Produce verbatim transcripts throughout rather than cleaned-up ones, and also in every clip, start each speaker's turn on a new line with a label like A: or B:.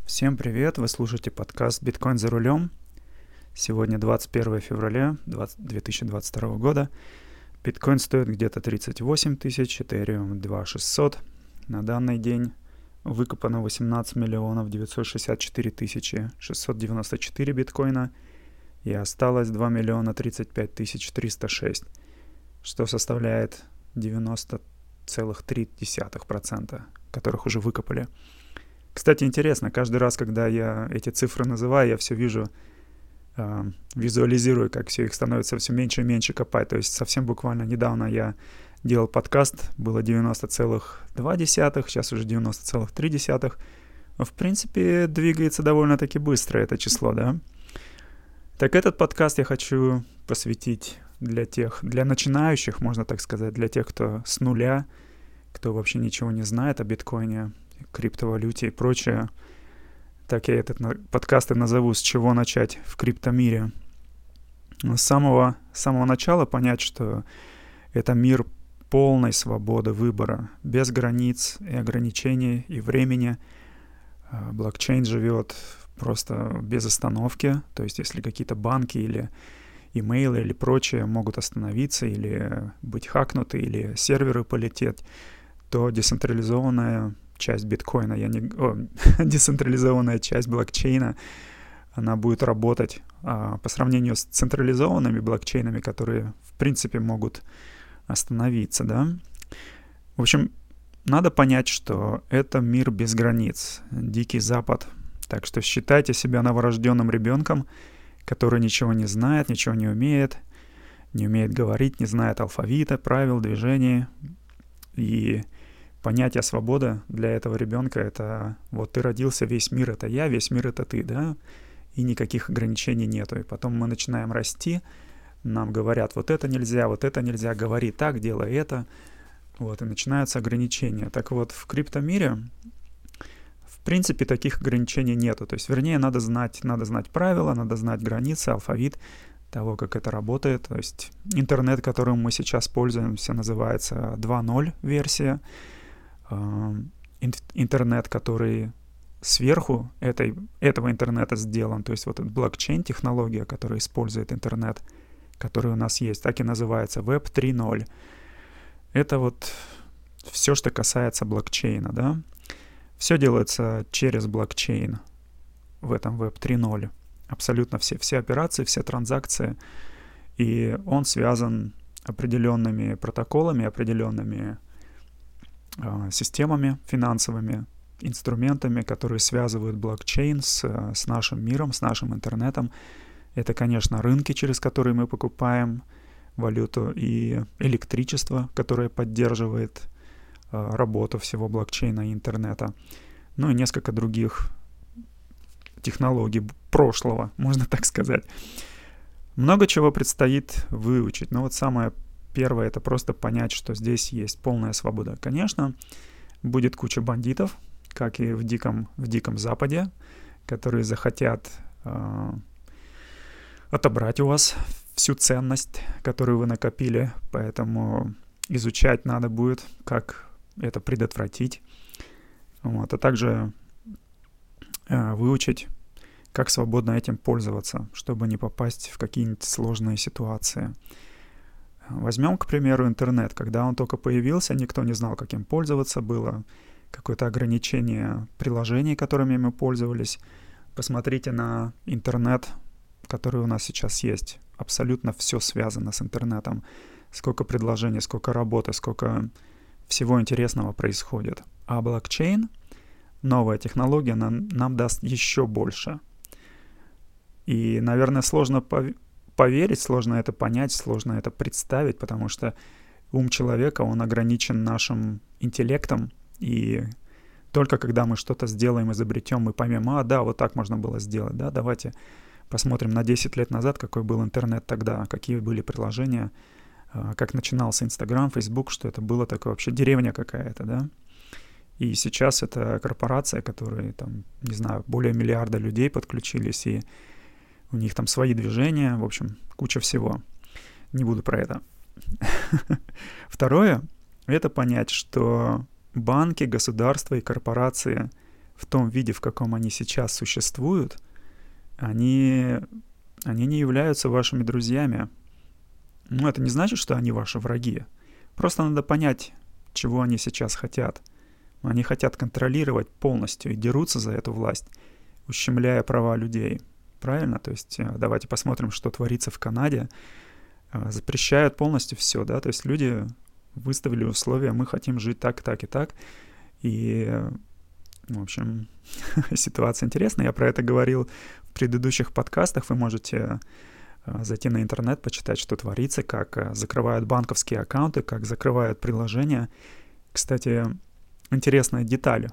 A: Всем привет! Вы слушаете подкаст «Биткоин за рулем». Сегодня двадцать первое февраля две тысячи двадцать второго года. Биткоин стоит где-то тридцать восемь тысяч, Эthereum два тысячи шестьсот. На данный день выкопано восемнадцать миллионов девятьсот шестьдесят четыре тысячи шестьсот девяносто четыре биткоина и осталось два миллиона тридцать пять тысяч триста шесть, что составляет девяносто целых три десятых процента, которых уже выкопали. Кстати, интересно, каждый раз, когда я эти цифры называю, я все вижу, э, визуализирую, как все их становится все меньше и меньше копать. То есть совсем буквально недавно я делал подкаст, было девяносто целых два десятых, сейчас уже девяносто целых три десятых. В принципе, двигается довольно-таки быстро это число, да? Так этот подкаст я хочу посвятить для тех, для начинающих, можно так сказать, для тех, кто с нуля, кто вообще ничего не знает о биткоине, криптовалюте и прочее. Так я этот подкаст и назову «С чего начать в криптомире». С самого, с самого начала понять, что это мир полной свободы выбора, без границ и ограничений и времени. Блокчейн живет просто без остановки. То есть если какие-то банки или имейлы или прочее могут остановиться или быть хакнуты, или серверы полететь, то децентрализованная часть биткоина, я не, о, децентрализованная часть блокчейна, она будет работать а, по сравнению с централизованными блокчейнами, которые в принципе могут остановиться, да. В общем, надо понять, что это мир без границ, дикий запад. Так что считайте себя новорожденным ребенком, который ничего не знает, ничего не умеет, не умеет говорить, не знает алфавита, правил, движений. И понятие свободы для этого ребенка — это вот ты родился, весь мир — это я, весь мир — это ты, да, и никаких ограничений нету. И потом мы начинаем расти, нам говорят, вот это нельзя, вот это нельзя, говори так, делай это, вот, и начинаются ограничения. Так вот, в криптомире, в принципе, таких ограничений нету. То есть, вернее, надо знать, надо знать правила, надо знать границы, алфавит того, как это работает. То есть интернет, которым мы сейчас пользуемся, называется два ноль версия. Интернет, который сверху этой, этого интернета сделан, то есть вот блокчейн-технология, которая использует интернет, который у нас есть, так и называется веб три ноль. Это вот все, что касается блокчейна, да. Все делается через блокчейн в этом веб три ноль. Абсолютно все, все операции, все транзакции. И он связан определенными протоколами, определенными системами финансовыми, инструментами, которые связывают блокчейн с, с нашим миром, с нашим интернетом. Это, конечно, рынки, через которые мы покупаем валюту, и электричество, которое поддерживает а, работу всего блокчейна и интернета. Ну и несколько других технологий прошлого, можно так сказать. Много чего предстоит выучить, но вот самое первое — это просто понять, что здесь есть полная свобода. Конечно, будет куча бандитов, как и в диком, в диком Западе, которые захотят э, отобрать у вас всю ценность, которую вы накопили. Поэтому изучать надо будет, как это предотвратить. Вот, а также э, выучить, как свободно этим пользоваться, чтобы не попасть в какие-нибудь сложные ситуации. Возьмем, к примеру, интернет. Когда он только появился, никто не знал, как им пользоваться. Было какое-то ограничение приложений, которыми мы пользовались. Посмотрите на интернет, который у нас сейчас есть. Абсолютно все связано с интернетом. Сколько предложений, сколько работы, сколько всего интересного происходит. А блокчейн, новая технология, нам, нам даст еще больше. И, наверное, сложно поверить, Поверить, сложно это понять, сложно это представить, потому что ум человека, он ограничен нашим интеллектом, и только когда мы что-то сделаем, изобретем, мы поймем, а, да, вот так можно было сделать, да, давайте посмотрим на десять лет назад, какой был интернет тогда, какие были приложения, как начинался Инстаграм, Фейсбук, что это было такое вообще деревня какая-то, да. И сейчас это корпорация, которые там, не знаю, более миллиарда людей подключились, и у них там свои движения, в общем, куча всего. Не буду про это. Второе — это понять, что банки, государства и корпорации в том виде, в каком они сейчас существуют, они, они не являются вашими друзьями. Ну, это не значит, что они ваши враги. Просто надо понять, чего они сейчас хотят. Они хотят контролировать полностью и дерутся за эту власть, ущемляя права людей. Правильно? То есть давайте посмотрим, что творится в Канаде. Запрещают полностью все, да, то есть люди выставили условия, мы хотим жить так, так и так. И, в общем, ситуация интересная. Я про это говорил в предыдущих подкастах. Вы можете зайти на интернет, почитать, что творится, как закрывают банковские аккаунты, как закрывают приложения. Кстати, интересная деталь.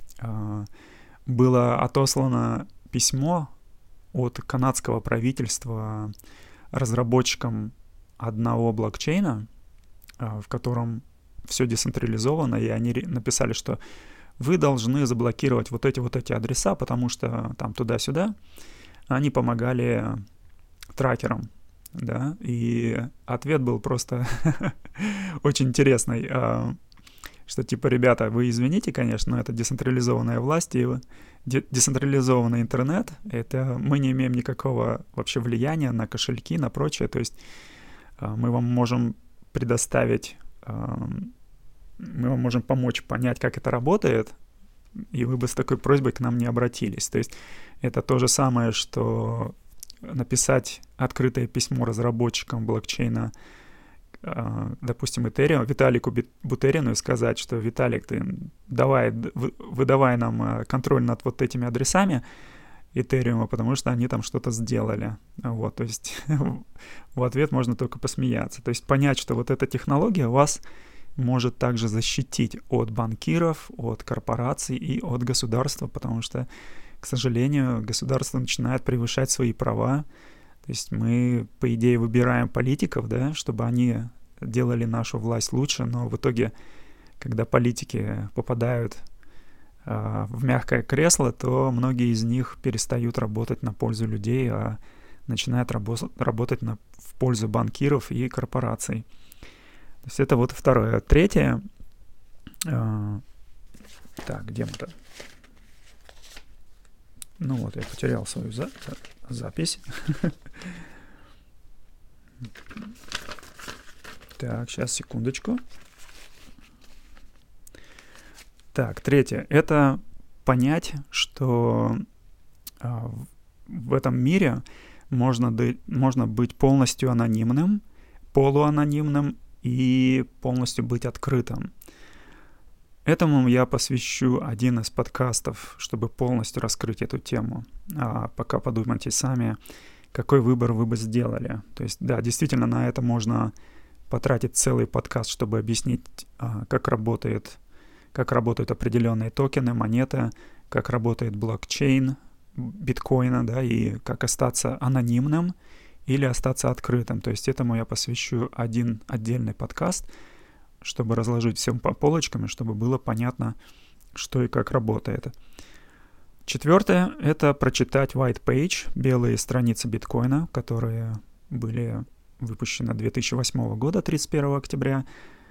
A: Было отослано письмо от канадского правительства разработчикам одного блокчейна, в котором все децентрализовано, и они написали, что вы должны заблокировать вот эти вот эти адреса, потому что там туда-сюда они помогали трекерам, да, и ответ был просто очень интересный, что типа, ребята, вы извините, конечно, но это децентрализованная власть и децентрализованный интернет, это мы не имеем никакого вообще влияния на кошельки, на прочее, то есть мы вам можем предоставить, мы вам можем помочь понять, как это работает, и вы бы с такой просьбой к нам не обратились. То есть это то же самое, что написать открытое письмо разработчикам блокчейна, допустим, Ethereum, Виталику Бутерину, и сказать, что Виталик, ты давай, выдавай нам контроль над вот этими адресами Ethereum, потому что они там что-то сделали. Вот, то есть в ответ можно только посмеяться. То есть понять, что вот эта технология вас может также защитить от банкиров, от корпораций и от государства, потому что, к сожалению, государство начинает превышать свои права. То есть мы, по идее, выбираем политиков, да, чтобы они делали нашу власть лучше, но в итоге, когда политики попадают э, в мягкое кресло, то многие из них перестают работать на пользу людей, а начинают рабо- работать на, в пользу банкиров и корпораций. То есть это вот второе. Третье. Э, так, где мы-то? Ну вот, я потерял свою за- запись. Так, сейчас, секундочку. Так, третье. Это понять, что а, в этом мире можно, ды- можно быть полностью анонимным, полуанонимным и полностью быть открытым. Этому я посвящу один из подкастов, чтобы полностью раскрыть эту тему. А пока подумайте сами, какой выбор вы бы сделали. То есть, да, действительно, на это можно потратить целый подкаст, чтобы объяснить, как работает, как работают определенные токены, монеты, как работает блокчейн биткоина, да, и как остаться анонимным или остаться открытым. То есть этому я посвящу один отдельный подкаст, чтобы разложить все по полочкам, чтобы было понятно, что и как работает. Четвертое — это прочитать white page, белые страницы биткоина, которые были выпущены две тысячи восьмого года, тридцать первого октября.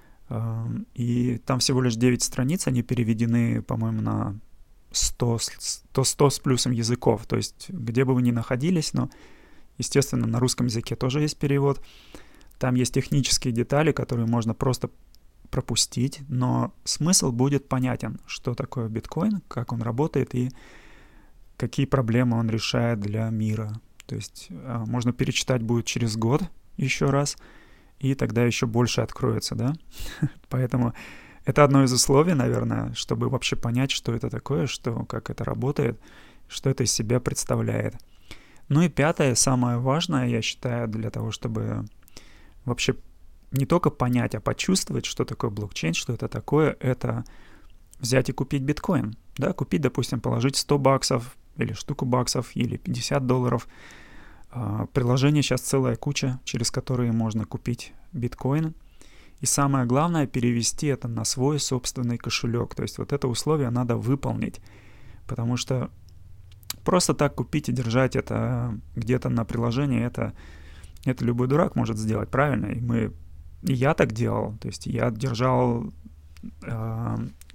A: И там всего лишь девять страниц, они переведены, по-моему, на сто, сто, сто с плюсом языков. То есть где бы вы ни находились, но, естественно, на русском языке тоже есть перевод. Там есть технические детали, которые можно просто пропустить, но смысл будет понятен, что такое биткоин, как он работает и какие проблемы он решает для мира. То есть можно перечитать будет через год еще раз, и тогда еще больше откроется, да? Поэтому это одно из условий, наверное, чтобы вообще понять, что это такое, что, как это работает, что это из себя представляет. Ну и пятое, самое важное, я считаю, для того, чтобы вообще не только понять, а почувствовать, что такое блокчейн, что это такое, это взять и купить биткоин. Да, купить, допустим, положить сто баксов или штуку баксов или пятьдесят долларов. Приложений сейчас целая куча, через которые можно купить биткоин. И самое главное, перевести это на свой собственный кошелек. То есть вот это условие надо выполнить. Потому что просто так купить и держать это где-то на приложении, это, это любой дурак может сделать, правильно? И, мы, и я так делал. То есть я держал э,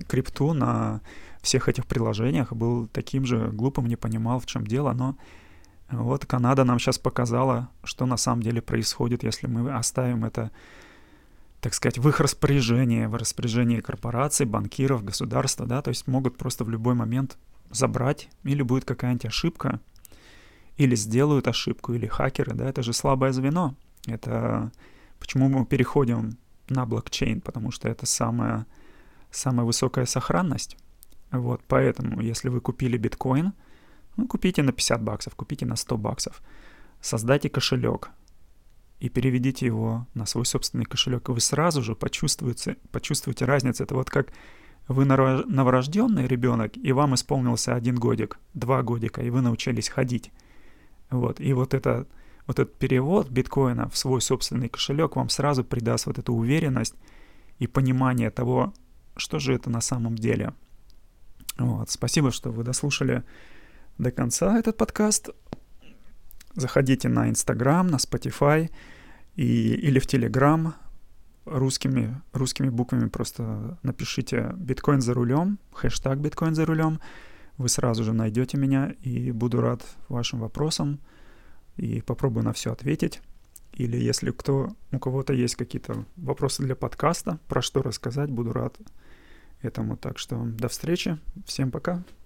A: крипту на всех этих приложениях, был таким же глупым, не понимал, в чем дело, но вот Канада нам сейчас показала, что на самом деле происходит, если мы оставим это, так сказать, в их распоряжении, в распоряжении корпораций, банкиров, государства, да, то есть могут просто в любой момент забрать, или будет какая-нибудь ошибка, или сделают ошибку, или хакеры, да, это же слабое звено. Это почему мы переходим на блокчейн, потому что это самая, самая высокая сохранность. Вот, поэтому, если вы купили биткоин, ну, купите на пятьдесят баксов, купите на сто баксов, создайте кошелек и переведите его на свой собственный кошелек, и вы сразу же почувствуете, почувствуете разницу. Это вот как вы новорожденный ребенок, и вам исполнился один годик, два годика, и вы научились ходить. Вот, и вот, это, вот этот перевод биткоина в свой собственный кошелек вам сразу придаст вот эту уверенность и понимание того, что же это на самом деле. Вот, спасибо, что вы дослушали до конца этот подкаст. Заходите на Instagram, на Spotify и, или в Telegram русскими, русскими буквами просто напишите «Биткоин за рулем», хэштаг «Биткоин за рулем». Вы сразу же найдете меня, и буду рад вашим вопросам и попробую на все ответить. Или если кто, у кого-то есть какие-то вопросы для подкаста, про что рассказать, буду рад этому. Так что до встречи, всем пока.